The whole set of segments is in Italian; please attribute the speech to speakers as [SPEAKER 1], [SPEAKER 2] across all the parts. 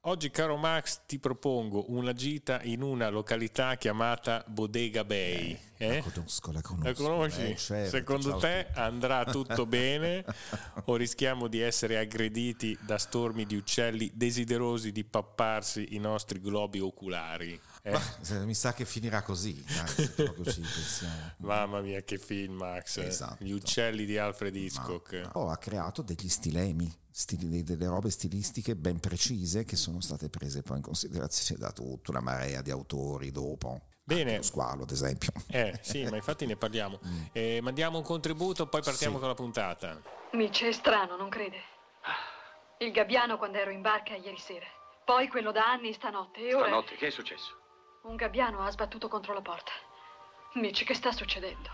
[SPEAKER 1] Oggi, caro Max, ti propongo una gita in una località chiamata Bodega Bay.
[SPEAKER 2] La conosco.
[SPEAKER 1] La conosci?
[SPEAKER 2] Certo,
[SPEAKER 1] Secondo te andrà tutto bene o rischiamo di essere aggrediti da stormi di uccelli desiderosi di papparsi i nostri globi oculari?
[SPEAKER 2] Mi sa che finirà così, dai, se proprio ci pensiamo.
[SPEAKER 1] Mamma mia, che film, Max.
[SPEAKER 2] Esatto.
[SPEAKER 1] Gli uccelli di Alfred Hitchcock.
[SPEAKER 2] Ha creato degli stilemi, delle robe stilistiche ben precise che sono state prese poi in considerazione da tutta una marea di autori dopo.
[SPEAKER 1] Bene.
[SPEAKER 2] Lo Squalo, ad esempio.
[SPEAKER 1] Sì, ma infatti ne parliamo. Mandiamo un contributo, poi partiamo con la puntata.
[SPEAKER 3] Mitch, è strano, non crede? Il gabbiano quando ero in barca ieri sera. Poi quello da anni stanotte. E ora...
[SPEAKER 4] Stanotte, che è successo?
[SPEAKER 3] Un gabbiano ha sbattuto contro la porta. Mitch, che sta succedendo?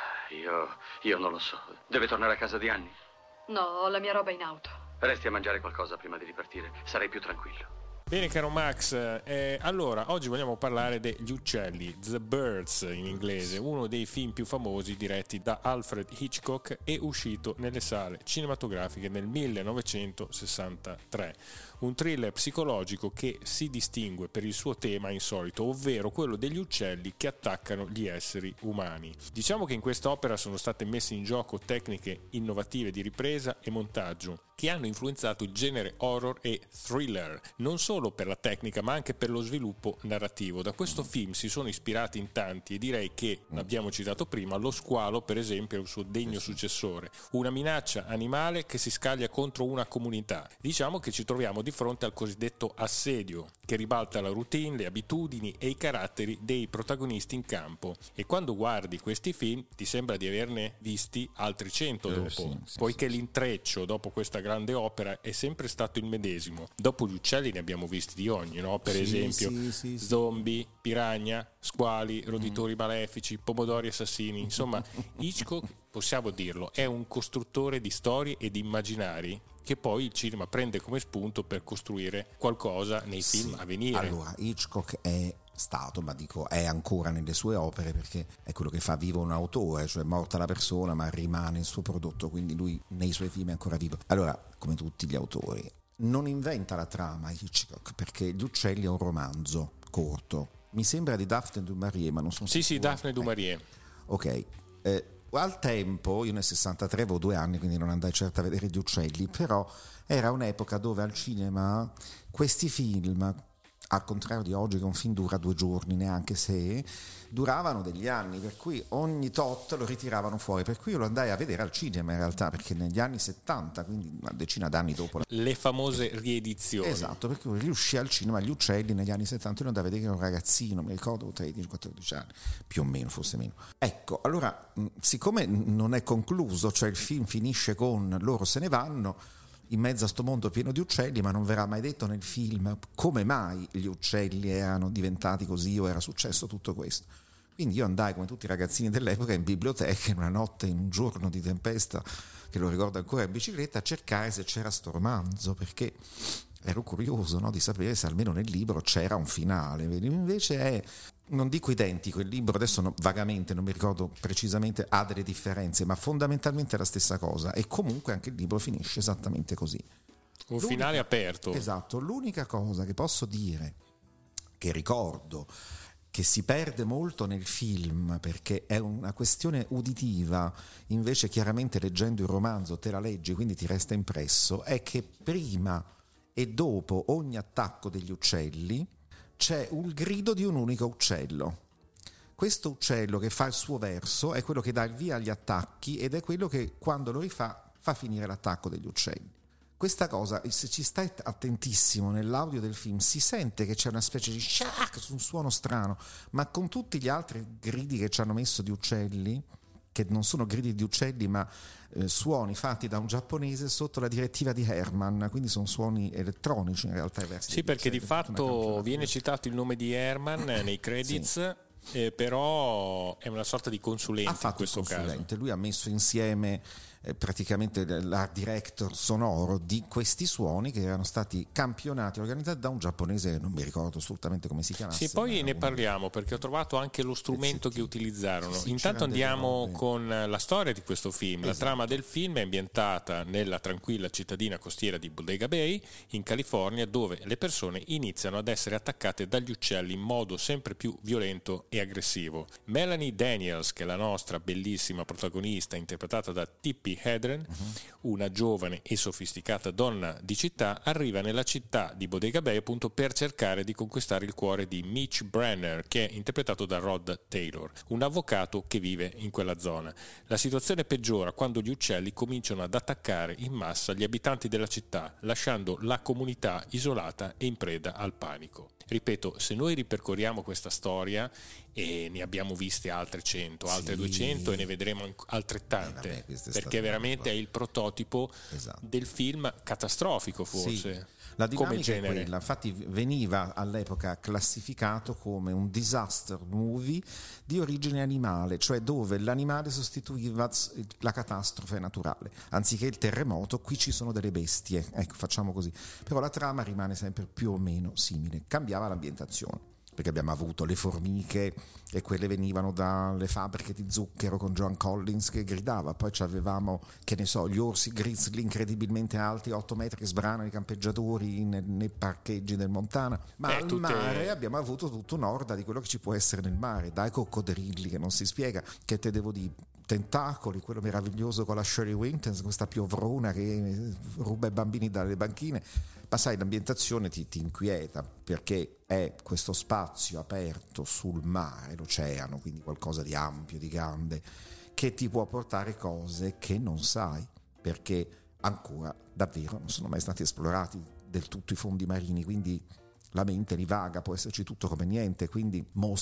[SPEAKER 4] Io non lo so. Deve tornare a casa di Annie?
[SPEAKER 3] No, ho la mia roba in auto.
[SPEAKER 4] Resti a mangiare qualcosa prima di ripartire. Sarei più tranquillo.
[SPEAKER 1] Bene, caro Max, allora oggi vogliamo parlare degli uccelli, The Birds in inglese, uno dei film più famosi diretti da Alfred Hitchcock e uscito nelle sale cinematografiche nel 1963. Un thriller psicologico che si distingue per il suo tema insolito, ovvero quello degli uccelli che attaccano gli esseri umani. Diciamo che in quest'opera sono state messe in gioco tecniche innovative di ripresa e montaggio che hanno influenzato il genere horror e thriller, non solo per la tecnica ma anche per lo sviluppo narrativo. Da questo film si sono ispirati in tanti e direi che, l'abbiamo citato prima, Lo Squalo per esempio è il suo degno successore, una minaccia animale che si scaglia contro una comunità. Diciamo che ci troviamo di fronte al cosiddetto assedio, che ribalta la routine, le abitudini e i caratteri dei protagonisti in campo. E quando guardi questi film ti sembra di averne visti altri 100 dopo, poiché l'intreccio dopo questa grande opera è sempre stato il medesimo. Dopo gli uccelli ne abbiamo visti di ogni, no? Per esempio zombie, piranha, squali, roditori malefici, pomodori assassini. Insomma, Hitchcock, possiamo dirlo, è un costruttore di storie e di immaginari che poi il cinema prende come spunto per costruire qualcosa nei film a venire.
[SPEAKER 2] Allora, Hitchcock è stato, ma dico è ancora nelle sue opere, perché è quello che fa vivo un autore, cioè morta la persona ma rimane il suo prodotto, quindi lui nei suoi film è ancora vivo. Allora, come tutti gli autori, non inventa la trama Hitchcock, perché Gli uccelli è un romanzo corto, mi sembra di Daphne du Maurier, ma non sono sicuro.
[SPEAKER 1] Sì, Daphne du Maurier.
[SPEAKER 2] Ok, al tempo, io nel 63 avevo 2 anni, quindi non andai certo a vedere Gli uccelli, però era un'epoca dove al cinema questi film, al contrario di oggi che un film dura 2 giorni, neanche se, duravano degli anni, per cui ogni tot lo ritiravano fuori, per cui io lo andai a vedere al cinema in realtà, perché negli anni 70, quindi una decina d'anni dopo
[SPEAKER 1] le famose riedizioni.
[SPEAKER 2] Esatto, perché riuscì al cinema Gli uccelli negli anni 70, io lo andai a vedere, che ero un ragazzino, mi ricordo 13-14 anni, più o meno, forse meno. Ecco, allora, siccome non è concluso, cioè il film finisce con loro se ne vanno in mezzo a sto mondo pieno di uccelli, ma non verrà mai detto nel film come mai gli uccelli erano diventati così o era successo tutto questo. Quindi io andai, come tutti i ragazzini dell'epoca, in biblioteca in una notte, in un giorno di tempesta, che lo ricordo ancora, in bicicletta, a cercare se c'era sto romanzo, perché ero curioso, no, di sapere se almeno nel libro c'era un finale. Invece è, non dico identico, il libro adesso vagamente, non mi ricordo precisamente, ha delle differenze, ma fondamentalmente è la stessa cosa, e comunque anche il libro finisce esattamente così.
[SPEAKER 1] Un finale aperto.
[SPEAKER 2] Esatto, l'unica cosa che posso dire, che ricordo, che si perde molto nel film, perché è una questione uditiva, invece chiaramente leggendo il romanzo te la leggi, quindi ti resta impresso, è che prima e dopo ogni attacco degli uccelli c'è il grido di un unico uccello. Questo uccello che fa il suo verso è quello che dà il via agli attacchi ed è quello che quando lo rifà fa finire l'attacco degli uccelli. Questa cosa, se ci stai attentissimo nell'audio del film, si sente che c'è una specie di shack, un suono strano, ma con tutti gli altri gridi che ci hanno messo di uccelli, che non sono gridi di uccelli ma suoni fatti da un giapponese sotto la direttiva di Herman, quindi sono suoni elettronici in realtà.
[SPEAKER 1] Sì, perché di fatto viene citato il nome di Herman nei credits, però è una sorta di consulente in questo caso.
[SPEAKER 2] Lui ha messo insieme praticamente l'art director sonoro di questi suoni che erano stati campionati, organizzati da un giapponese che non mi ricordo assolutamente come si chiamasse.
[SPEAKER 1] Sì, poi ne parliamo perché ho trovato anche lo strumento che utilizzarono. Intanto andiamo con la storia di questo film. La trama del film è ambientata nella tranquilla cittadina costiera di Bodega Bay in California, dove le persone iniziano ad essere attaccate dagli uccelli in modo sempre più violento e aggressivo. Melanie Daniels, che è la nostra bellissima protagonista interpretata da Tippi Hedren, una giovane e sofisticata donna di città, arriva nella città di Bodega Bay appunto per cercare di conquistare il cuore di Mitch Brenner, che è interpretato da Rod Taylor, un avvocato che vive in quella zona. La situazione peggiora quando gli uccelli cominciano ad attaccare in massa gli abitanti della città, lasciando la comunità isolata e in preda al panico. Ripeto, se noi ripercorriamo questa storia, e ne abbiamo viste altre 100, altre 200 e ne vedremo altrettante, perché veramente è il prototipo del film catastrofico, forse.
[SPEAKER 2] Sì. La dinamica è quella, infatti veniva all'epoca classificato come un disaster movie di origine animale, cioè dove l'animale sostituiva la catastrofe naturale. Anziché il terremoto, qui ci sono delle bestie, ecco, facciamo così. Però la trama rimane sempre più o meno simile, cambiava l'ambientazione. Perché abbiamo avuto le formiche e quelle venivano dalle fabbriche di zucchero con Joan Collins che gridava, poi avevamo, che ne so, gli orsi grizzly incredibilmente alti, 8 metri, che sbranano i campeggiatori nei parcheggi del Montana, ma al mare abbiamo avuto tutta un'orda di quello che ci può essere nel mare, dai coccodrilli che non si spiega, che te devo dire, tentacoli, quello meraviglioso con la Shirley Winters, questa piovrona che ruba i bambini dalle banchine. Ma sai, l'ambientazione ti inquieta perché è questo spazio aperto sul mare, l'oceano, quindi qualcosa di ampio, di grande, che ti può portare cose che non sai, perché ancora davvero non sono mai stati esplorati del tutto i fondi marini, quindi la mente rivaga, può esserci tutto come niente, quindi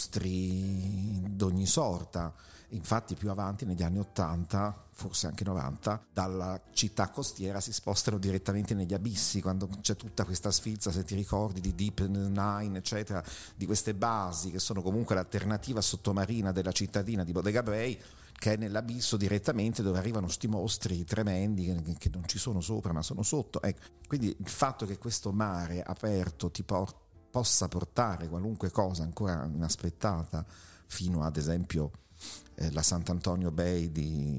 [SPEAKER 2] mostri d'ogni sorta. Infatti più avanti, negli anni 80, forse anche 90, dalla città costiera si spostano direttamente negli abissi, quando c'è tutta questa sfilza, se ti ricordi, di Deep Nine, eccetera, di queste basi che sono comunque l'alternativa sottomarina della cittadina di Bodega Bay, che è nell'abisso direttamente, dove arrivano sti mostri tremendi che non ci sono sopra ma sono sotto. Ecco. Quindi il fatto che questo mare aperto ti possa portare qualunque cosa ancora inaspettata, fino ad esempio la Sant'Antonio Bay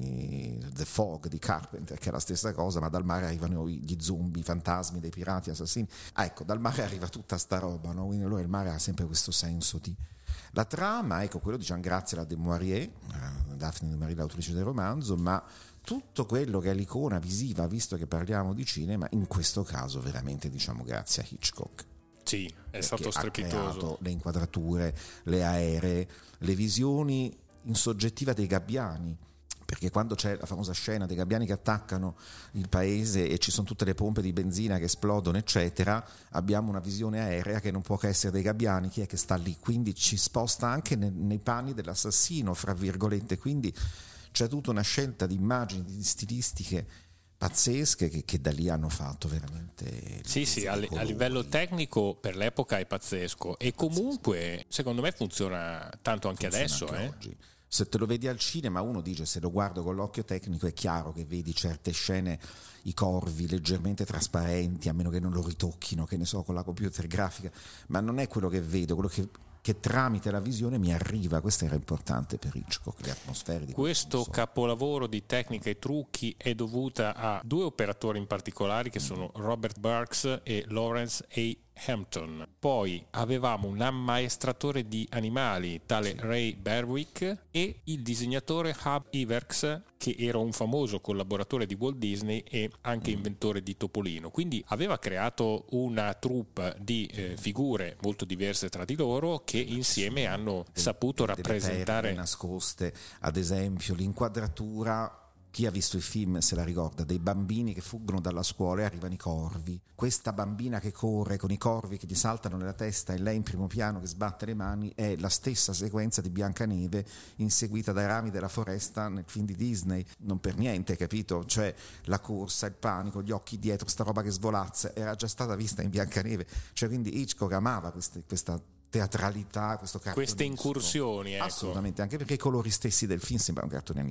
[SPEAKER 2] di The Fog di Carpenter, che è la stessa cosa, ma dal mare arrivano gli zombie, i fantasmi dei pirati assassini. Ecco, dal mare arriva tutta sta roba, no? Quindi allora il mare ha sempre questo senso di... La trama, ecco, quello diciamo grazie alla de Maurier, Daphne du Maurier, l'autrice del romanzo, ma tutto quello che è l'icona visiva, visto che parliamo di cinema, in questo caso veramente diciamo grazie a Hitchcock.
[SPEAKER 1] Sì, è stato strepitoso.
[SPEAKER 2] Ha creato le inquadrature, le aeree, le visioni in soggettiva dei gabbiani, perché quando c'è la famosa scena dei gabbiani che attaccano il paese e ci sono tutte le pompe di benzina che esplodono eccetera, abbiamo una visione aerea che non può che essere dei gabbiani, chi è che sta lì, quindi ci sposta anche nei panni dell'assassino, fra virgolette, quindi c'è tutta una scelta di immagini, di stilistiche pazzesche che da lì hanno fatto veramente
[SPEAKER 1] a livello tecnico per l'epoca è pazzesco e comunque secondo me funziona tanto anche adesso
[SPEAKER 2] oggi. Se te lo vedi al cinema, uno dice, se lo guardo con l'occhio tecnico è chiaro che vedi certe scene, i corvi leggermente trasparenti, a meno che non lo ritocchino, che ne so, con la computer grafica, ma non è quello che vedo, quello che tramite la visione mi arriva. Questo era importante per Hitchcock, le atmosfere di
[SPEAKER 1] questo capolavoro di tecnica e trucchi è dovuta a due operatori in particolare che sono Robert Burks e Lawrence A. Hampton. Poi avevamo un ammaestratore di animali tale Ray Berwick e il disegnatore Hub Iwerks, che era un famoso collaboratore di Walt Disney e anche inventore di Topolino, quindi aveva creato una troupe di figure molto diverse tra di loro che insieme hanno saputo rappresentare
[SPEAKER 2] delle nascoste, ad esempio l'inquadratura. Chi ha visto il film se la ricorda, dei bambini che fuggono dalla scuola e arrivano i corvi, questa bambina che corre con i corvi che gli saltano nella testa e lei in primo piano che sbatte le mani, è la stessa sequenza di Biancaneve inseguita dai rami della foresta nel film di Disney, non per niente, capito? Cioè la corsa, il panico, gli occhi dietro, sta roba che svolazza, era già stata vista in Biancaneve, cioè quindi Hitchcock amava questa teatralità, questo cartonismo,
[SPEAKER 1] queste incursioni, ecco.
[SPEAKER 2] Assolutamente, anche perché i colori stessi del film sembrano un cartone animato.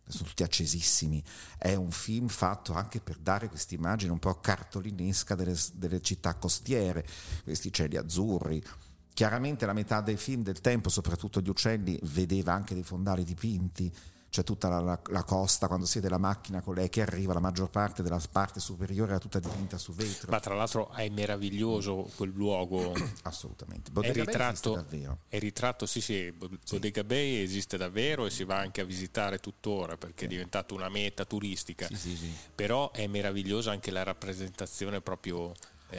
[SPEAKER 2] sono tutti accesissimi. È un film fatto anche per dare questa immagine un po' cartolinesca delle città costiere, questi cieli azzurri. Chiaramente la metà dei film del tempo, soprattutto Gli uccelli, vedeva anche dei fondali dipinti, cioè tutta la costa, quando si vede la macchina con lei che arriva, la maggior parte della parte superiore era tutta dipinta su vetro.
[SPEAKER 1] Ma tra l'altro è meraviglioso quel luogo.
[SPEAKER 2] Assolutamente. Bodega Bay esiste davvero.
[SPEAKER 1] È ritratto, sì. Bodega Bay esiste davvero e si va anche a visitare tuttora perché è diventato una meta turistica.
[SPEAKER 2] Sì.
[SPEAKER 1] Però è meravigliosa anche la rappresentazione proprio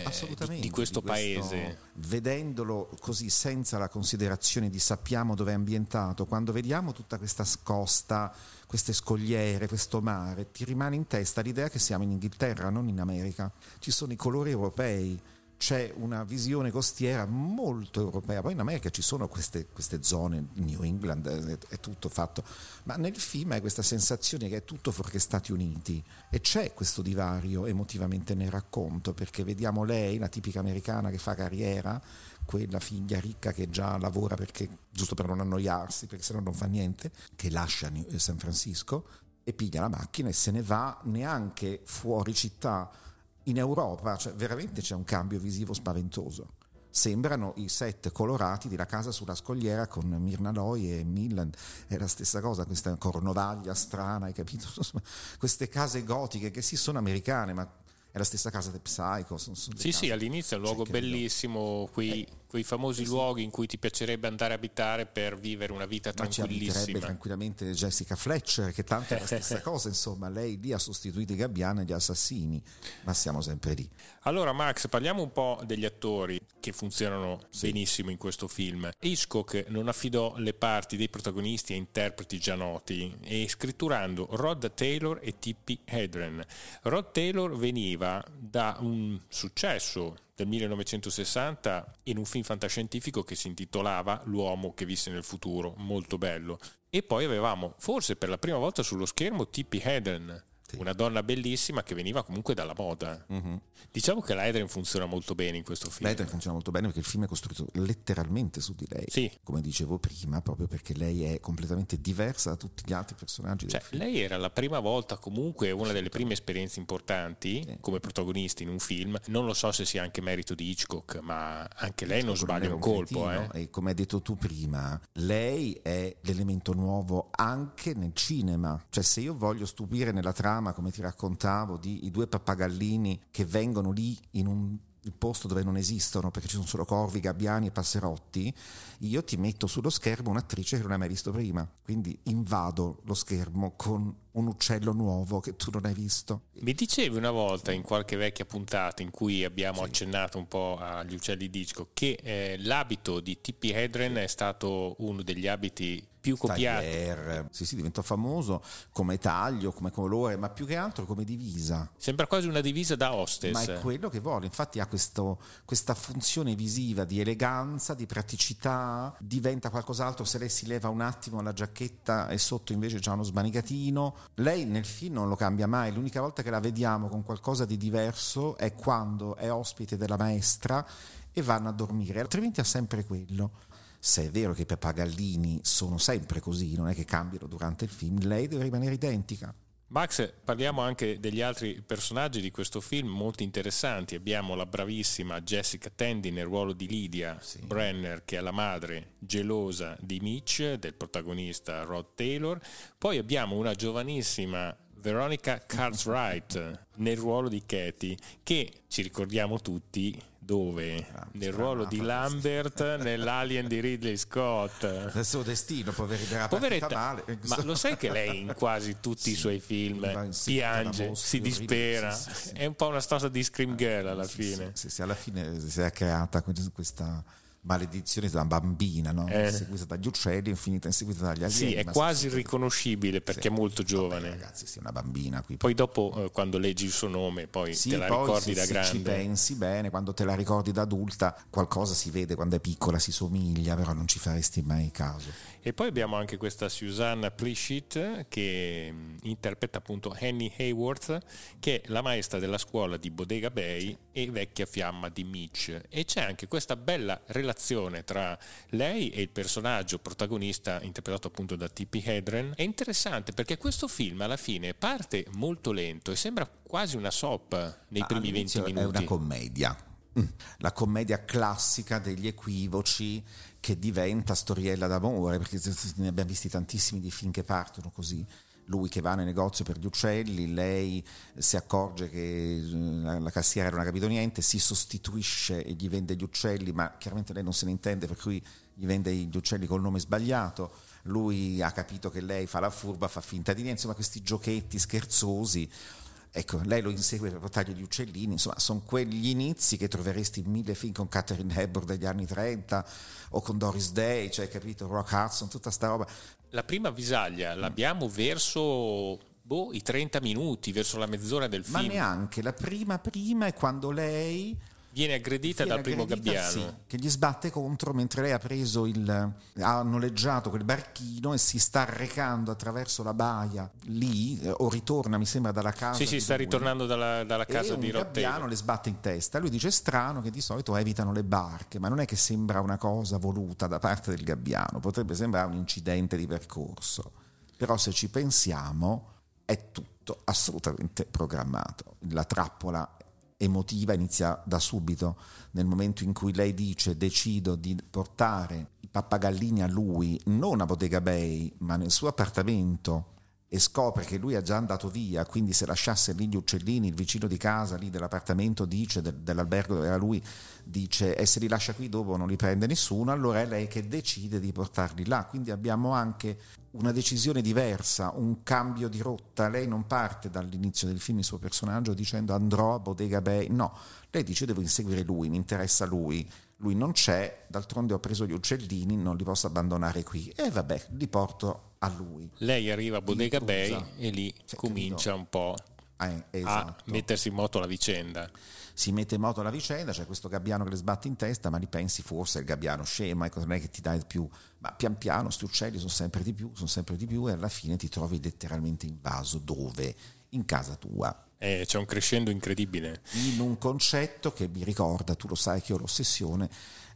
[SPEAKER 1] di questo paese.
[SPEAKER 2] Vedendolo così senza la considerazione di sappiamo dove è ambientato, quando vediamo tutta questa costa, queste scogliere, questo mare, ti rimane in testa l'idea che siamo in Inghilterra, non in America. Ci sono i colori europei, c'è una visione costiera molto europea. Poi in America ci sono queste zone, New England è tutto fatto, ma nel film hai questa sensazione che è tutto fuorché Stati Uniti, e c'è questo divario emotivamente nel racconto, perché vediamo lei, la tipica americana che fa carriera, quella figlia ricca che già lavora perché giusto per non annoiarsi, perché sennò non fa niente, che lascia San Francisco e piglia la macchina e se ne va, neanche fuori città, in Europa. Cioè veramente c'è un cambio visivo spaventoso. Sembrano i set colorati di La casa sulla scogliera con Myrna Loy e Milland, è la stessa cosa, questa cornovaglia strana, hai capito? Queste case gotiche che sì sono americane, ma è la stessa casa del Psycho.
[SPEAKER 1] Sì, all'inizio è un luogo bellissimo, quei famosi luoghi in cui ti piacerebbe andare a abitare per vivere una vita tranquillissima.
[SPEAKER 2] Ma ci abiterebbe tranquillamente Jessica Fletcher, che tanto è la stessa cosa, insomma, lei lì ha sostituito i gabbiani e gli assassini, ma siamo sempre lì.
[SPEAKER 1] Allora Max, parliamo un po' degli attori che funzionano benissimo in questo film. Hitchcock non affidò le parti dei protagonisti a interpreti già noti e scritturando Rod Taylor e Tippi Hedren. Rod Taylor veniva da un successo del 1960 in un film fantascientifico che si intitolava L'uomo che visse nel futuro, molto bello. E poi avevamo, forse per la prima volta sullo schermo, Tippi Hedren, una donna bellissima che veniva comunque dalla moda. Diciamo che la Hedren funziona molto bene in questo film.
[SPEAKER 2] La Hedren funziona molto bene perché il film è costruito letteralmente su di lei.
[SPEAKER 1] Sì.
[SPEAKER 2] Come dicevo prima, proprio perché lei è completamente diversa da tutti gli altri personaggi del film.
[SPEAKER 1] Lei era la prima volta, comunque una delle prime esperienze importanti come protagonista in un film. Non lo so se sia anche merito di Hitchcock, ma anche lei non sbaglia un colpo.
[SPEAKER 2] E come hai detto tu prima, lei è l'elemento nuovo anche nel cinema. Cioè se io voglio stupire nella trama, come ti raccontavo, di i due pappagallini che vengono lì in il posto dove non esistono perché ci sono solo corvi, gabbiani e passerotti, io ti metto sullo schermo un'attrice che non hai mai visto prima, quindi invado lo schermo con un uccello nuovo che tu non hai visto.
[SPEAKER 1] Mi dicevi una volta in qualche vecchia puntata in cui abbiamo accennato un po' agli uccelli di Hitchcock che l'abito di Tippi Hedren è stato uno degli abiti più copiati.
[SPEAKER 2] Sì, diventò famoso come taglio, come colore, ma più che altro come divisa.
[SPEAKER 1] Sembra quasi una divisa da hostess.
[SPEAKER 2] Ma è quello che vuole, infatti ha questa funzione visiva di eleganza, di praticità, diventa qualcos'altro se lei si leva un attimo la giacchetta e sotto invece c'ha uno smanicatino. Lei nel film non lo cambia mai, l'unica volta che la vediamo con qualcosa di diverso è quando è ospite della maestra e vanno a dormire, altrimenti ha sempre quello. Se è vero che i pappagallini sono sempre così, non è che cambiano durante il film, lei deve rimanere identica.
[SPEAKER 1] Max, parliamo anche degli altri personaggi di questo film molto interessanti. Abbiamo la bravissima Jessica Tandy nel ruolo di Lydia Brenner, che è la madre gelosa di Mitch, del protagonista Rod Taylor. Poi abbiamo una giovanissima Veronica Cartwright nel ruolo di Katie, che ci ricordiamo tutti dove? Nel ruolo di Lambert nell'Alien di Ridley Scott.
[SPEAKER 2] Il suo destino, poveretta male.
[SPEAKER 1] Ma lo sai che lei in quasi tutti i suoi film piange, si dispera?
[SPEAKER 2] Sì.
[SPEAKER 1] È un po' una storia di Scream Girl alla fine.
[SPEAKER 2] Sì, alla fine si è creata questa maledizione da bambina, no? Seguita dagli uccelli e finita inseguita dagli alieni.
[SPEAKER 1] Sì, è quasi riconoscibile perché è molto giovane.
[SPEAKER 2] Vabbè, ragazzi, sì, è una bambina qui.
[SPEAKER 1] Poi dopo quando leggi il suo nome poi te la ricordi da grande.
[SPEAKER 2] Ci pensi bene, quando te la ricordi da adulta qualcosa si vede, quando è piccola si somiglia, però non ci faresti mai caso.
[SPEAKER 1] E poi abbiamo anche questa Susanna Pleshett che interpreta appunto Annie Hayworth, che è la maestra della scuola di Bodega Bay e vecchia fiamma di Mitch. E c'è anche questa bella relazione relazione tra lei e il personaggio protagonista interpretato appunto da Tippi Hedren è interessante, perché questo film alla fine parte molto lento e sembra quasi una soap nei primi 20 minuti.
[SPEAKER 2] È una commedia, la commedia classica degli equivoci che diventa storiella d'amore, perché ne abbiamo visti tantissimi di film che partono così. Lui che va nel negozio per gli uccelli, lei si accorge che la cassiera non ha capito niente, si sostituisce e gli vende gli uccelli, ma chiaramente lei non se ne intende, per cui gli vende gli uccelli col nome sbagliato. Lui ha capito che lei fa la furba, fa finta di niente, insomma questi giochetti scherzosi. Ecco, lei lo insegue per portargli gli uccellini, insomma sono quegli inizi che troveresti in 1000 film con Katharine Hepburn degli anni 30 o con Doris Day, cioè capito, Rock Hudson, tutta sta roba.
[SPEAKER 1] La prima visaglia l'abbiamo verso i 30 minuti, verso la mezz'ora del film.
[SPEAKER 2] Ma neanche, la prima è quando lei
[SPEAKER 1] viene aggredita dal primo gabbiano,
[SPEAKER 2] sì, che gli sbatte contro mentre lei ha noleggiato quel barchino e si sta recando attraverso la baia lì, o ritorna mi sembra dalla casa.
[SPEAKER 1] Sì, sta ritornando dalla casa di Rod Taylor.
[SPEAKER 2] Il gabbiano le sbatte in testa. Lui dice: è strano che di solito evitano le barche, ma non è che sembra una cosa voluta da parte del gabbiano, potrebbe sembrare un incidente di percorso, però se ci pensiamo è tutto assolutamente programmato. La trappola emotiva inizia da subito, nel momento in cui lei dice: decido di portare i pappagallini a lui, non a Bodega Bay ma nel suo appartamento, e scopre che lui è già andato via, quindi se lasciasse lì gli uccellini, il vicino di casa lì dell'appartamento dice, dell'albergo dove era lui, dice: e se li lascia qui dopo non li prende nessuno, allora è lei che decide di portarli là. Quindi abbiamo anche una decisione diversa, un cambio di rotta. Lei non parte dall'inizio del film il suo personaggio dicendo andrò a Bodega Bay, no, lei dice devo inseguire lui, mi interessa lui non c'è, d'altronde ho preso gli uccellini, non li posso abbandonare qui, e vabbè, li porto a lui.
[SPEAKER 1] Lei arriva a Bodega Bay e lì comincia un po'
[SPEAKER 2] esatto,
[SPEAKER 1] a mettersi in moto la vicenda.
[SPEAKER 2] Si mette in moto la vicenda, c'è questo gabbiano che le sbatte in testa, ma li pensi forse è il gabbiano scemo, ecco, non è che ti dà più, ma pian piano sti uccelli sono sempre di più e alla fine ti trovi letteralmente invaso. Dove? In casa tua.
[SPEAKER 1] C'è un crescendo incredibile.
[SPEAKER 2] In un concetto che mi ricorda, tu lo sai che ho l'ossessione,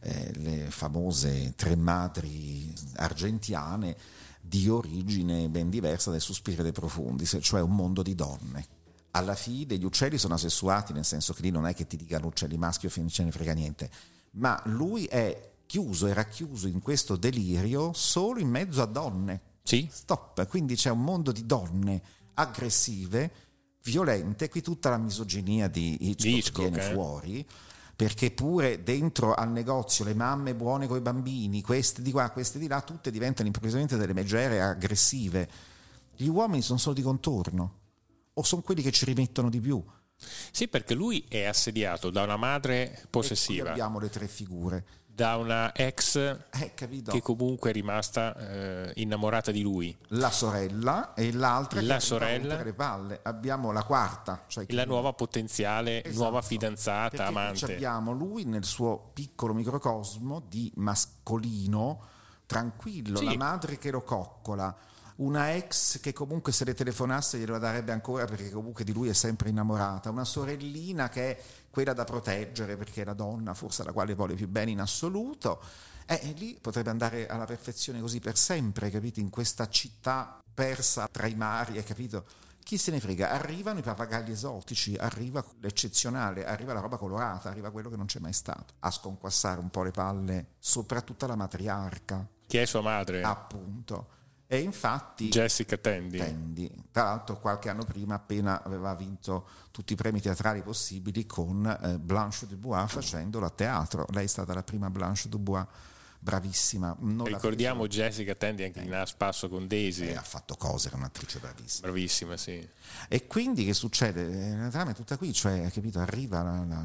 [SPEAKER 2] le famose tre madri argentiane di origine ben diversa del Suspiria dei Profondi, cioè un mondo di donne. Alla fine gli uccelli sono asessuati, nel senso che lì non è che ti dicano uccelli maschi o femmine, ce ne frega niente, ma lui è racchiuso in questo delirio solo in mezzo a donne.
[SPEAKER 1] Sì.
[SPEAKER 2] Stop, quindi c'è un mondo di donne aggressive, violente, qui tutta la misoginia di Hitchcock viene fuori, perché pure dentro al negozio le mamme buone coi bambini, queste di qua, queste di là, tutte diventano improvvisamente delle megere aggressive. Gli uomini sono solo di contorno, o sono quelli che ci rimettono di più.
[SPEAKER 1] Sì, perché lui è assediato da una madre possessiva.
[SPEAKER 2] E qui abbiamo le tre figure.
[SPEAKER 1] Da una ex
[SPEAKER 2] che
[SPEAKER 1] comunque è rimasta innamorata di lui.
[SPEAKER 2] La sorella e l'altra che
[SPEAKER 1] sorella,
[SPEAKER 2] le palle. Abbiamo la quarta, cioè
[SPEAKER 1] la nuova potenziale, nuova fidanzata,
[SPEAKER 2] perché
[SPEAKER 1] amante.
[SPEAKER 2] Abbiamo lui nel suo piccolo microcosmo di mascolino tranquillo,
[SPEAKER 1] sì.
[SPEAKER 2] La madre che lo coccola, una ex che comunque se le telefonasse glielo darebbe ancora perché comunque di lui è sempre innamorata, una sorellina che è quella da proteggere perché è la donna forse alla quale vuole più bene in assoluto, e lì potrebbe andare alla perfezione così per sempre, capito? In questa città persa tra i mari, hai capito? Chi se ne frega, arrivano i pappagalli esotici, arriva l'eccezionale, arriva la roba colorata, arriva quello che non c'è mai stato, a sconquassare un po' le palle, soprattutto la matriarca.
[SPEAKER 1] Che è sua madre.
[SPEAKER 2] Appunto. E infatti
[SPEAKER 1] Jessica Tandy,
[SPEAKER 2] tra l'altro qualche anno prima appena aveva vinto tutti i premi teatrali possibili con Blanche Dubois facendolo a teatro. Lei è stata la prima Blanche Dubois, bravissima.
[SPEAKER 1] Ricordiamo Jessica Tandy anche in A Spasso con Daisy.
[SPEAKER 2] Ha fatto cose, era un'attrice bravissima.
[SPEAKER 1] Bravissima, sì.
[SPEAKER 2] E quindi che succede? La trama è tutta qui, cioè, capito? Arriva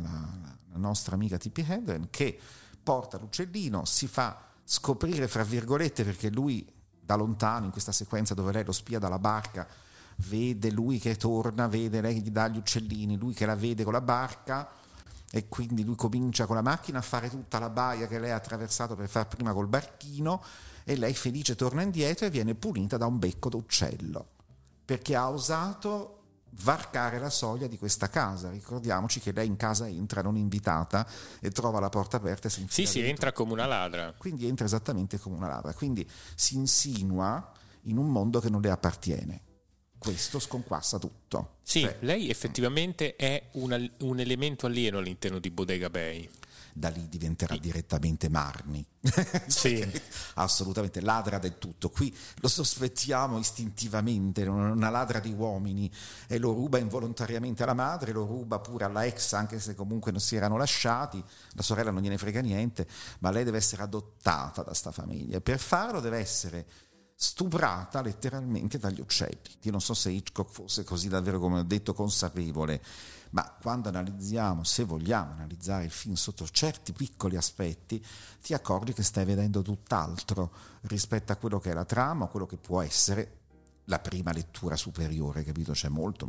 [SPEAKER 2] la nostra amica Tippi Hedren che porta l'uccellino, si fa scoprire fra virgolette perché lui da lontano in questa sequenza dove lei lo spia dalla barca vede lui che torna, vede lei che gli dà gli uccellini, lui che la vede con la barca, e quindi lui comincia con la macchina a fare tutta la baia che lei ha attraversato per far prima col barchino, e lei felice torna indietro e viene punita da un becco d'uccello perché ha osato varcare la soglia di questa casa. Ricordiamoci che lei in casa entra non invitata e trova la porta aperta e si infila
[SPEAKER 1] Sì,
[SPEAKER 2] dentro.
[SPEAKER 1] entra come una ladra.
[SPEAKER 2] Quindi entra esattamente come una ladra, quindi si insinua in un mondo che non le appartiene. Questo sconquassa tutto.
[SPEAKER 1] Sì,
[SPEAKER 2] Cioè,
[SPEAKER 1] lei effettivamente è un elemento alieno all'interno di Bodega Bay.
[SPEAKER 2] da lì diventerà direttamente Marnie.
[SPEAKER 1] Sì.
[SPEAKER 2] Assolutamente ladra del tutto. Qui lo sospettiamo istintivamente, una ladra di uomini, e lo ruba involontariamente alla madre, lo ruba pure alla ex, anche se comunque non si erano lasciati, la sorella non gliene frega niente, ma lei deve essere adottata da sta famiglia e per farlo deve essere stuprata letteralmente dagli uccelli. Io non so se Hitchcock fosse così davvero, come ho detto, consapevole, ma quando analizziamo, se vogliamo analizzare il film sotto certi piccoli aspetti, ti accorgi che stai vedendo tutt'altro rispetto a quello che è la trama o quello che può essere la prima lettura superiore, capito? C'è molto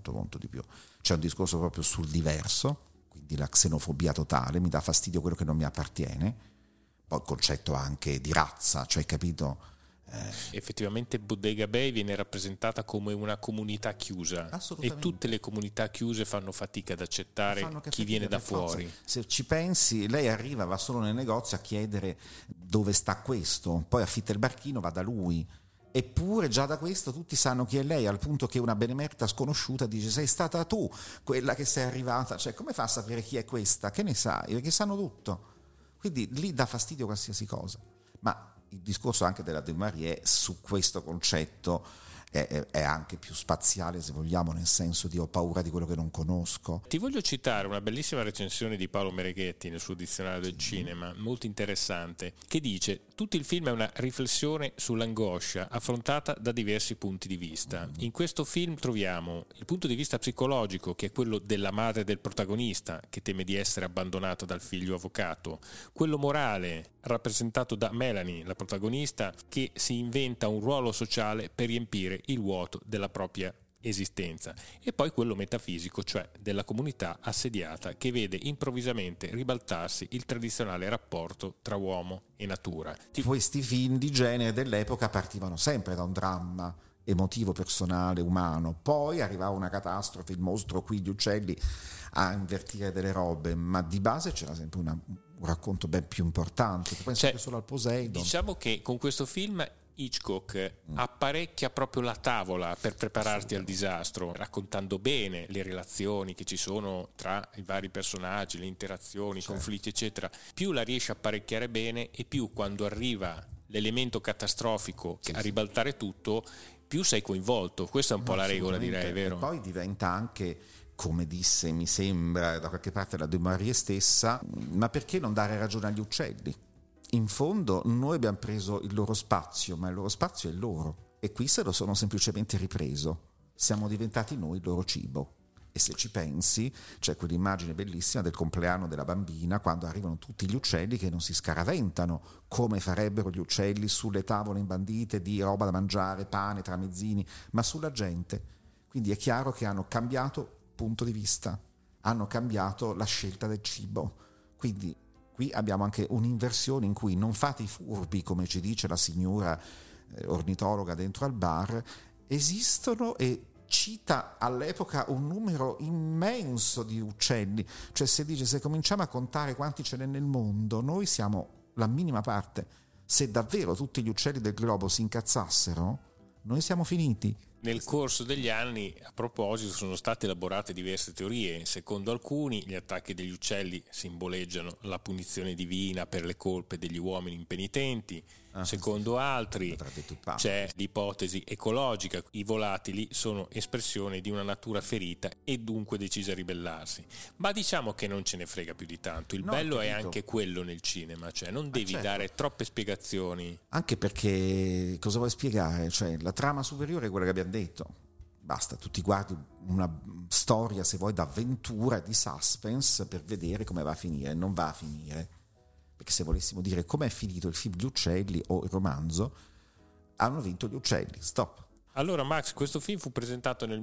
[SPEAKER 2] di più. C'è un discorso proprio sul diverso, quindi la xenofobia totale, mi dà fastidio quello che non mi appartiene, poi il concetto anche di razza, cioè, capito?
[SPEAKER 1] Effettivamente Bodega Bay viene rappresentata come una comunità chiusa e tutte le comunità chiuse fanno fatica ad accettare chi viene da fuori.
[SPEAKER 2] Se ci pensi, lei arriva, va solo nel negozio a chiedere dove sta questo, poi affitta il barchino, va da lui, eppure già da questo tutti sanno chi è lei, al punto che una benemerita sconosciuta dice: sei stata tu quella che sei arrivata, cioè come fa a sapere chi è questa? Che ne sai? Perché sanno tutto, quindi lì dà fastidio qualsiasi cosa. Ma il discorso anche della De Marie su questo concetto è anche più spaziale, se vogliamo, nel senso di ho paura di quello che non conosco.
[SPEAKER 1] Ti voglio citare una bellissima recensione di Paolo Mereghetti nel suo dizionario del cinema, molto interessante, che dice: tutto il film è una riflessione sull'angoscia affrontata da diversi punti di vista. In questo film troviamo il punto di vista psicologico, che è quello della madre del protagonista, che teme di essere abbandonata dal figlio avvocato, quello morale, rappresentato da Melanie, la protagonista, che si inventa un ruolo sociale per riempire il vuoto della propria esistenza, e poi quello metafisico, cioè della comunità assediata che vede improvvisamente ribaltarsi il tradizionale rapporto tra uomo e natura.
[SPEAKER 2] Questi film di genere dell'epoca partivano sempre da un dramma emotivo, personale, umano, poi arrivava una catastrofe, il mostro qui, gli uccelli, a invertire delle robe, ma di base c'era sempre un racconto ben più importante. Penso anche solo al Poseidon.
[SPEAKER 1] Diciamo che con questo film Hitchcock apparecchia proprio la tavola per prepararti al disastro, raccontando bene le relazioni che ci sono tra i vari personaggi, le interazioni, i conflitti, eccetera. Più la riesce a apparecchiare bene, e più quando arriva l'elemento catastrofico a ribaltare tutto, più sei coinvolto. Questa è un po' la regola, direi, vero?
[SPEAKER 2] E poi diventa anche, come disse, mi sembra, da qualche parte la De Marie stessa, ma perché non dare ragione agli uccelli? In fondo noi abbiamo preso il loro spazio, ma il loro spazio è loro, e qui se lo sono semplicemente ripreso. Siamo diventati noi il loro cibo. E se ci pensi, c'è quell'immagine bellissima del compleanno della bambina, quando arrivano tutti gli uccelli che non si scaraventano come farebbero gli uccelli sulle tavole imbandite di roba da mangiare, pane, tramezzini, ma sulla gente. Quindi è chiaro che hanno cambiato punto di vista, hanno cambiato la scelta del cibo. Quindi qui abbiamo anche un'inversione in cui non fate i furbi, come ci dice la signora ornitologa dentro al bar, esistono, e cita all'epoca un numero immenso di uccelli, cioè se cominciamo a contare quanti ce n'è nel mondo, noi siamo la minima parte. Se davvero tutti gli uccelli del globo si incazzassero, noi siamo finiti.
[SPEAKER 1] Nel corso degli anni, a proposito, sono state elaborate diverse teorie. Secondo alcuni, gli attacchi degli uccelli simboleggiano la punizione divina per le colpe degli uomini impenitenti. Secondo altri c'è l'ipotesi ecologica: i volatili sono espressione di una natura ferita e dunque decisa a ribellarsi. Ma diciamo che non ce ne frega più di tanto. Il bello è anche quello nel cinema, cioè non devi dare troppe spiegazioni.
[SPEAKER 2] Anche perché cosa vuoi spiegare? Cioè, la trama superiore è quella che abbiamo detto. Basta, tu ti guardi una storia, se vuoi, d'avventura, di suspense, per vedere come va a finire. Non va a finire. Perché se volessimo dire com'è finito il film Gli Uccelli o il romanzo, hanno vinto gli uccelli, stop.
[SPEAKER 1] Allora Max, questo film fu presentato nel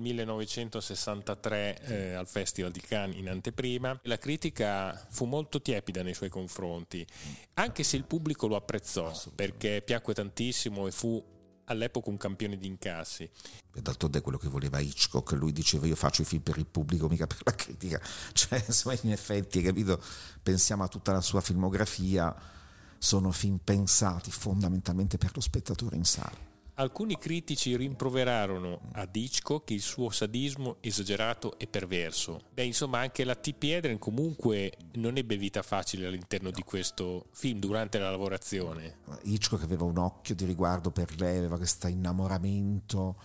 [SPEAKER 1] 1963 al Festival di Cannes in anteprima. La critica fu molto tiepida nei suoi confronti, anche se il pubblico lo apprezzò, perché piacque tantissimo e fu all'epoca un campione di incassi.
[SPEAKER 2] E d'altronde è quello che voleva Hitchcock, lui diceva io faccio i film per il pubblico mica per la critica, cioè insomma in effetti, capito, pensiamo a tutta la sua filmografia, sono film pensati fondamentalmente per lo spettatore in sala.
[SPEAKER 1] Alcuni critici rimproverarono ad Hitchcock il suo sadismo esagerato e perverso. Insomma, anche la Tippi Hedren comunque non ebbe vita facile all'interno di questo film durante la lavorazione.
[SPEAKER 2] Hitchcock aveva un occhio di riguardo per lei, aveva questo innamoramento,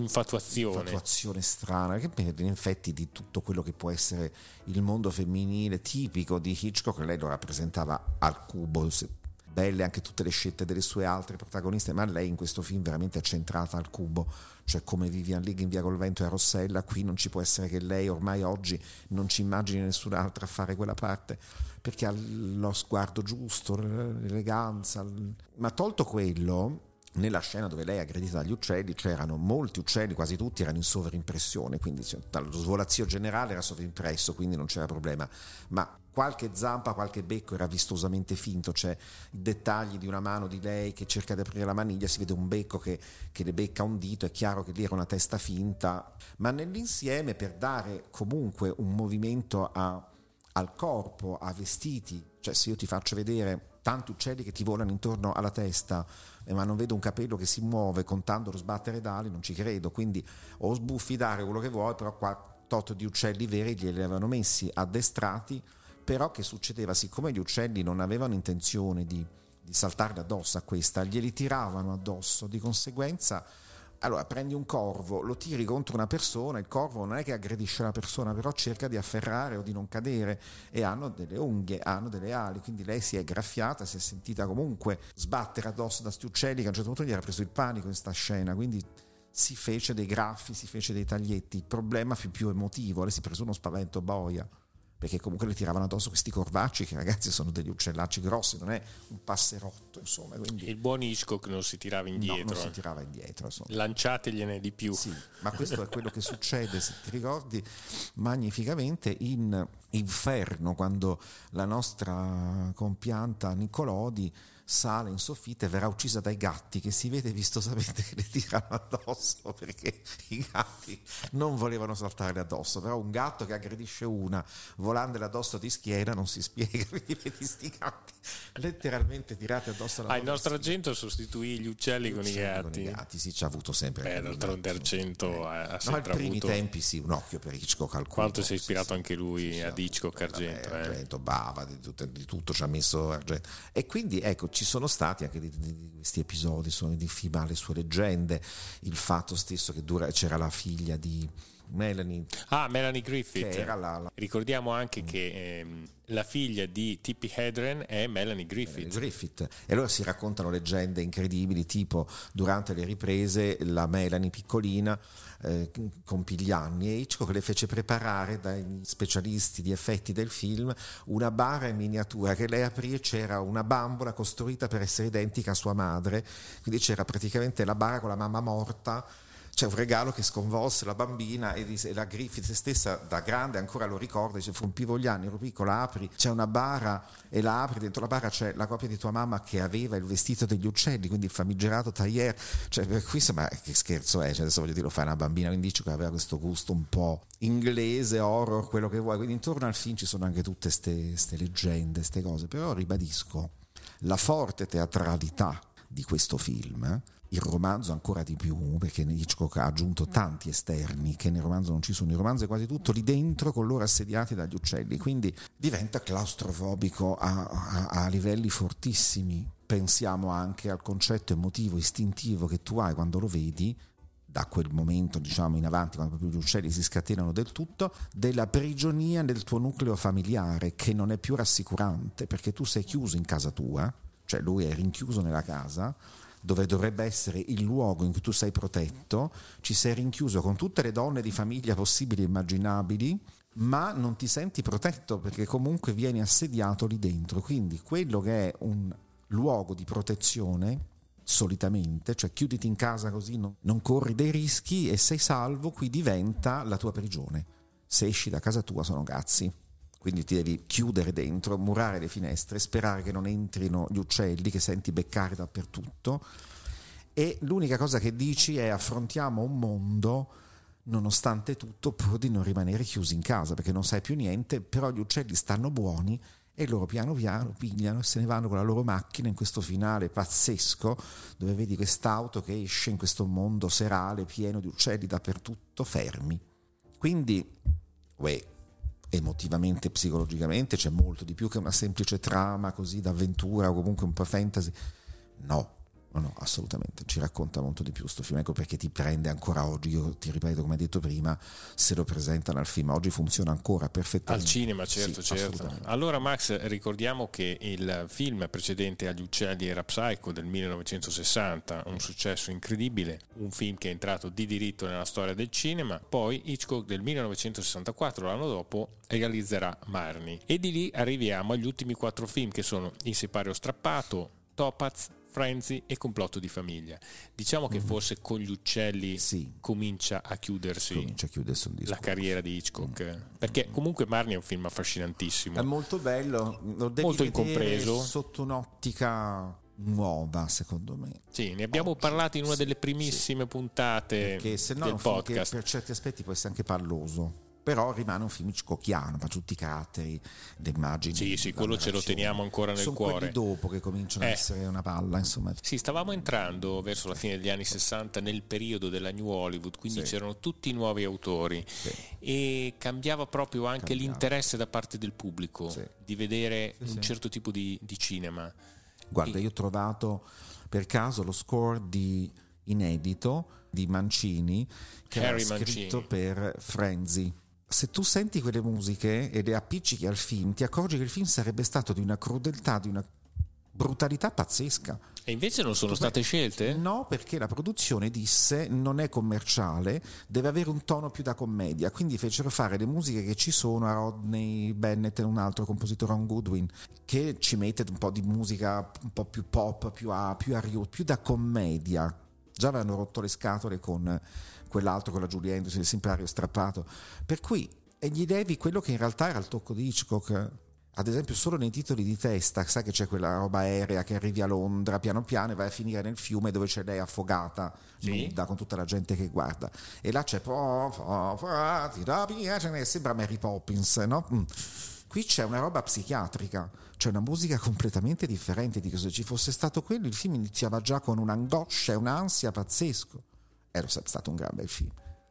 [SPEAKER 2] infatuazione strana, che in effetti di tutto quello che può essere il mondo femminile tipico di Hitchcock, lei lo rappresentava al cubo. Belle anche tutte le scelte delle sue altre protagoniste, ma lei in questo film veramente è centrata al cubo, cioè come Vivian Leigh in Via col vento e a Rossella, qui non ci può essere che lei, ormai oggi non ci immagini nessun'altra a fare quella parte, perché ha lo sguardo giusto, l'eleganza, ma tolto quello, nella scena dove lei è aggredita dagli uccelli c'erano molti uccelli, quasi tutti erano in sovrimpressione, quindi lo svolazio generale era sovrimpresso, quindi non c'era problema, ma qualche zampa, qualche becco era vistosamente finto, cioè i dettagli di una mano di lei che cerca di aprire la maniglia, si vede un becco che le becca un dito, è chiaro che lì era una testa finta, ma nell'insieme per dare comunque un movimento al corpo, a vestiti, cioè se io ti faccio vedere tanti uccelli che ti volano intorno alla testa ma non vedo un capello che si muove contando lo sbattere d'ali, non ci credo, quindi o sbuffidare quello che vuoi, però qua tot di uccelli veri glieli avevano messi addestrati. Però che succedeva? Siccome gli uccelli non avevano intenzione di saltarle addosso a questa, glieli tiravano addosso, di conseguenza allora prendi un corvo, lo tiri contro una persona, il corvo non è che aggredisce la persona, però cerca di afferrare o di non cadere, e hanno delle unghie, hanno delle ali, quindi lei si è graffiata, si è sentita comunque sbattere addosso da sti uccelli che a un certo punto gli era preso il panico in sta scena, quindi si fece dei graffi, si fece dei taglietti. Il problema fu più emotivo, lei si è preso uno spavento boia, perché comunque le tiravano addosso questi corvacci che ragazzi sono degli uccellacci grossi, non è un passerotto, insomma, quindi
[SPEAKER 1] il buon Hitchcock non si tirava indietro,
[SPEAKER 2] no, non si tirava indietro, insomma.
[SPEAKER 1] Lanciategliene di più.
[SPEAKER 2] Sì, ma questo è quello che succede, se ti ricordi magnificamente in Inferno, quando la nostra compianta Niccolodi sale in soffitta e verrà uccisa dai gatti, che si vede vistosamente che le tirano addosso, perché i gatti non volevano saltarle addosso, però un gatto che aggredisce una volandole addosso di schiena non si spiega, quindi vedi sti gatti letteralmente tirati addosso alla
[SPEAKER 1] il nostro Argento sostituì gli uccelli con i gatti.
[SPEAKER 2] Sì, ci ha avuto sempre
[SPEAKER 1] d'altronde Argento ha sempre
[SPEAKER 2] ai primi
[SPEAKER 1] avuto
[SPEAKER 2] tempi sì, un occhio per Hitchcock al cubo.
[SPEAKER 1] Quanto si è ispirato anche lui ad Hitchcock Argento,
[SPEAKER 2] Argento Bava, di tutto ci ha messo Argento, e quindi ecco ci sono stati anche di questi episodi, sono di film alle sue leggende, il fatto stesso che c'era la figlia di Melanie
[SPEAKER 1] Griffith,
[SPEAKER 2] che era
[SPEAKER 1] ricordiamo anche che la figlia di Tippi Hedren è Melanie Griffith.
[SPEAKER 2] E allora si raccontano leggende incredibili, tipo durante le riprese la Melanie piccolina compì gli anni e Hitchcock le fece preparare dai specialisti di effetti del film una bara in miniatura che lei aprì e c'era una bambola costruita per essere identica a sua madre, quindi c'era praticamente la bara con la mamma morta. C'è un regalo che sconvolse la bambina e la Griffith stessa da grande ancora lo ricorda, dice rompivo gli anni, ero piccola, apri, c'è una bara e la apri, dentro la bara c'è la copia di tua mamma che aveva il vestito degli uccelli, quindi il famigerato tailleur, cioè per cui insomma che scherzo è, cioè, adesso voglio dire lo fa una bambina, quindi dice che aveva questo gusto un po' inglese, horror, quello che vuoi, quindi intorno al film ci sono anche tutte ste leggende, ste cose, però ribadisco la forte teatralità di questo film, il romanzo ancora di più, perché Hitchcock ha aggiunto tanti esterni che nel romanzo non ci sono, il romanzo è quasi tutto lì dentro con loro assediati dagli uccelli, quindi diventa claustrofobico a livelli fortissimi. Pensiamo anche al concetto emotivo, istintivo che tu hai quando lo vedi, da quel momento diciamo in avanti, quando proprio gli uccelli si scatenano del tutto, della prigionia del tuo nucleo familiare, che non è più rassicurante, perché tu sei chiuso in casa tua, cioè lui è rinchiuso nella casa dove dovrebbe essere il luogo in cui tu sei protetto, ci sei rinchiuso con tutte le donne di famiglia possibili e immaginabili, ma non ti senti protetto perché comunque vieni assediato lì dentro. Quindi quello che è un luogo di protezione solitamente, cioè chiuditi in casa così non corri dei rischi e sei salvo, qui diventa la tua prigione. Se esci da casa tua sono cazzi. Quindi ti devi chiudere dentro, murare le finestre, sperare che non entrino gli uccelli che senti beccare dappertutto, e l'unica cosa che dici è: affrontiamo un mondo nonostante tutto pur di non rimanere chiusi in casa, perché non sai più niente, però gli uccelli stanno buoni e loro piano piano pigliano e se ne vanno con la loro macchina in questo finale pazzesco dove vedi quest'auto che esce in questo mondo serale pieno di uccelli dappertutto fermi. Quindi emotivamente, psicologicamente c'è molto di più che una semplice trama così d'avventura o comunque un po' fantasy. No, assolutamente, ci racconta molto di più sto film, ecco perché ti prende ancora oggi. Io ti ripeto, come hai detto prima, se lo presentano al film oggi funziona ancora perfettamente
[SPEAKER 1] al cinema, certo. Allora Max, ricordiamo che il film precedente agli uccelli era Psycho del 1960, un successo incredibile, un film che è entrato di diritto nella storia del cinema. Poi Hitchcock del 1964, l'anno dopo, realizzerà Marnie, e di lì arriviamo agli ultimi 4 film che sono Il sipario strappato, Topaz, Frenzy e Complotto di famiglia. Diciamo che forse con gli uccelli comincia a chiudersi
[SPEAKER 2] un discorso,
[SPEAKER 1] la carriera di Hitchcock, perché comunque Marnie è un film affascinantissimo,
[SPEAKER 2] è molto bello, lo devi
[SPEAKER 1] molto incompreso
[SPEAKER 2] sotto un'ottica nuova, secondo me.
[SPEAKER 1] Sì, ne abbiamo parlato in una delle primissime puntate del podcast.
[SPEAKER 2] Per certi aspetti può essere anche palloso, però rimane un film hitchcockiano, ma tutti i caratteri, le immagini.
[SPEAKER 1] Sì, quello ce lo teniamo ancora nel cuore.
[SPEAKER 2] Sono quelli dopo che cominciano a essere una palla, insomma.
[SPEAKER 1] Sì, stavamo entrando verso la fine degli anni 60 nel periodo della New Hollywood, quindi c'erano tutti nuovi autori e cambiava proprio anche l'interesse da parte del pubblico di vedere un certo tipo di cinema.
[SPEAKER 2] Guarda, io ho trovato per caso lo score di inedito di Mancini che era scritto per Frenzy. Se tu senti quelle musiche e le appiccichi al film, ti accorgi che il film sarebbe stato di una crudeltà, di una brutalità pazzesca.
[SPEAKER 1] E invece non sono state scelte?
[SPEAKER 2] No, perché la produzione disse non è commerciale, deve avere un tono più da commedia, quindi fecero fare le musiche che ci sono a Rodney Bennett e un altro compositore, Ron Goodwin, che ci mette un po' di musica un po' più pop, più da commedia. Già avevano rotto le scatole con quell'altro, con la Julie Andrews, il sipario strappato, per cui gli devi quello che in realtà era il tocco di Hitchcock. Ad esempio solo nei titoli di testa, sai che c'è quella roba aerea che arrivi a Londra piano piano e vai a finire nel fiume dove c'è lei affogata, nuda, con tutta la gente che guarda, e là c'è sembra Mary Poppins, no? Qui c'è una roba psichiatrica, c'è una musica completamente differente di cosa ci fosse stato quello. Il film iniziava già con un'angoscia e un'ansia pazzesco. Era stato un gran bel film.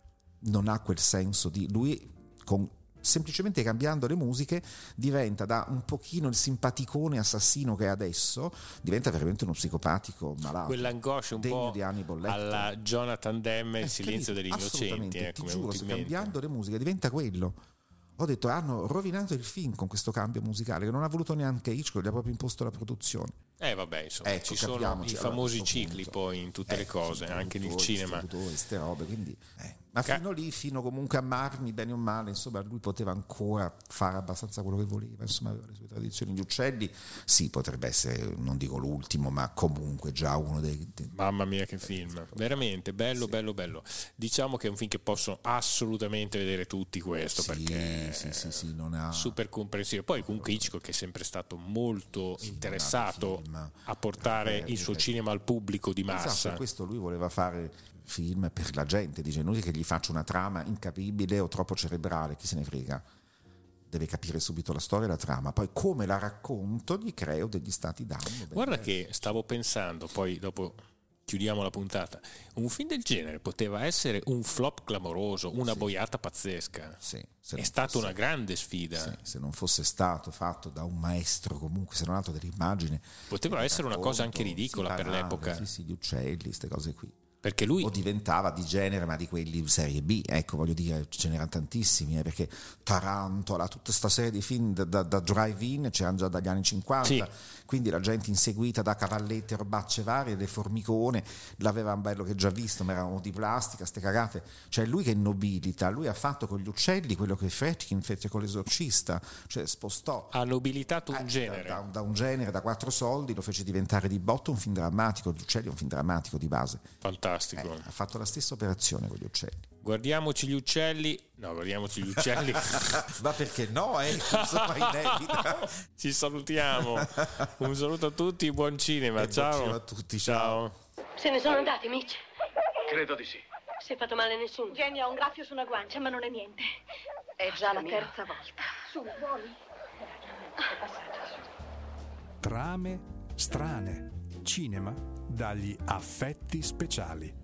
[SPEAKER 2] Non ha quel senso di lui, semplicemente cambiando le musiche diventa da un pochino il simpaticone assassino che è adesso, diventa veramente uno psicopatico malato.
[SPEAKER 1] Quell'angoscia un po' di alla Jonathan Demme, Il silenzio degli innocenti.
[SPEAKER 2] Ti giuro, cambiando le musiche diventa quello. Ho detto, hanno rovinato il film con questo cambio musicale che non ha voluto neanche Hitchcock, gli ha proprio imposto la produzione.
[SPEAKER 1] Vabbè, insomma, ci sono i famosi cicli poi in tutte le cose, anche nel cinema.
[SPEAKER 2] Queste robe, quindi ma fino comunque a Marnie, bene o male, insomma, lui poteva ancora fare abbastanza quello che voleva, insomma, aveva le sue tradizioni. Gli uccelli, sì, potrebbe essere, non dico l'ultimo, ma comunque già uno dei
[SPEAKER 1] mamma mia che film, veramente bello. Diciamo che è un film che possono assolutamente vedere tutti questo, perché
[SPEAKER 2] non ha...
[SPEAKER 1] super comprensivo. Poi comunque Hitchcock è sempre stato molto interessato a portare il suo cinema al pubblico di massa.
[SPEAKER 2] Esatto, questo lui voleva fare film per la gente, dice, non è che gli faccio una trama incapibile o troppo cerebrale, chi se ne frega, deve capire subito la storia e la trama, poi come la racconto gli creo degli stati d'animo.
[SPEAKER 1] Guarda che stavo pensando, poi dopo chiudiamo la puntata, un film del genere poteva essere un flop clamoroso, una boiata pazzesca. È stata una grande sfida.
[SPEAKER 2] Se non fosse stato fatto da un maestro, comunque, se non altro dell'immagine,
[SPEAKER 1] poteva essere una cosa anche ridicola per l'epoca.
[SPEAKER 2] Gli uccelli, queste cose qui.
[SPEAKER 1] Perché lui...
[SPEAKER 2] O diventava di genere, ma di quelli serie B, ecco, voglio dire, ce n'erano tantissimi, perché Tarantola, tutta questa serie di film da drive-in c'erano già dagli anni 50, quindi la gente inseguita da cavallette, robacce varie, le formicone, l'aveva bello che già visto, ma erano di plastica, ste cagate. Cioè lui che nobilita, lui ha fatto con gli uccelli quello che Friedkin fece con l'esorcista, cioè spostò,
[SPEAKER 1] ha nobilitato un genere
[SPEAKER 2] da un genere da 4 soldi, lo fece diventare di botto un film drammatico. Gli uccelli è un film drammatico di base,
[SPEAKER 1] fantastico.
[SPEAKER 2] Ha fatto la stessa operazione con gli uccelli.
[SPEAKER 1] Guardiamoci gli uccelli.
[SPEAKER 2] Ma perché no?
[SPEAKER 1] Ci salutiamo. Un saluto a tutti, buon cinema. Ciao
[SPEAKER 2] a tutti.
[SPEAKER 1] Ciao.
[SPEAKER 5] Se ne sono andati, Mitch?
[SPEAKER 4] Credo di sì.
[SPEAKER 5] Si è fatto male nessuno?
[SPEAKER 3] Jenny ha un graffio su una guancia, ma non è niente. È già la terza volta. Su, vuoi? È passato, su.
[SPEAKER 6] Trame strane. Cinema dagli affetti speciali.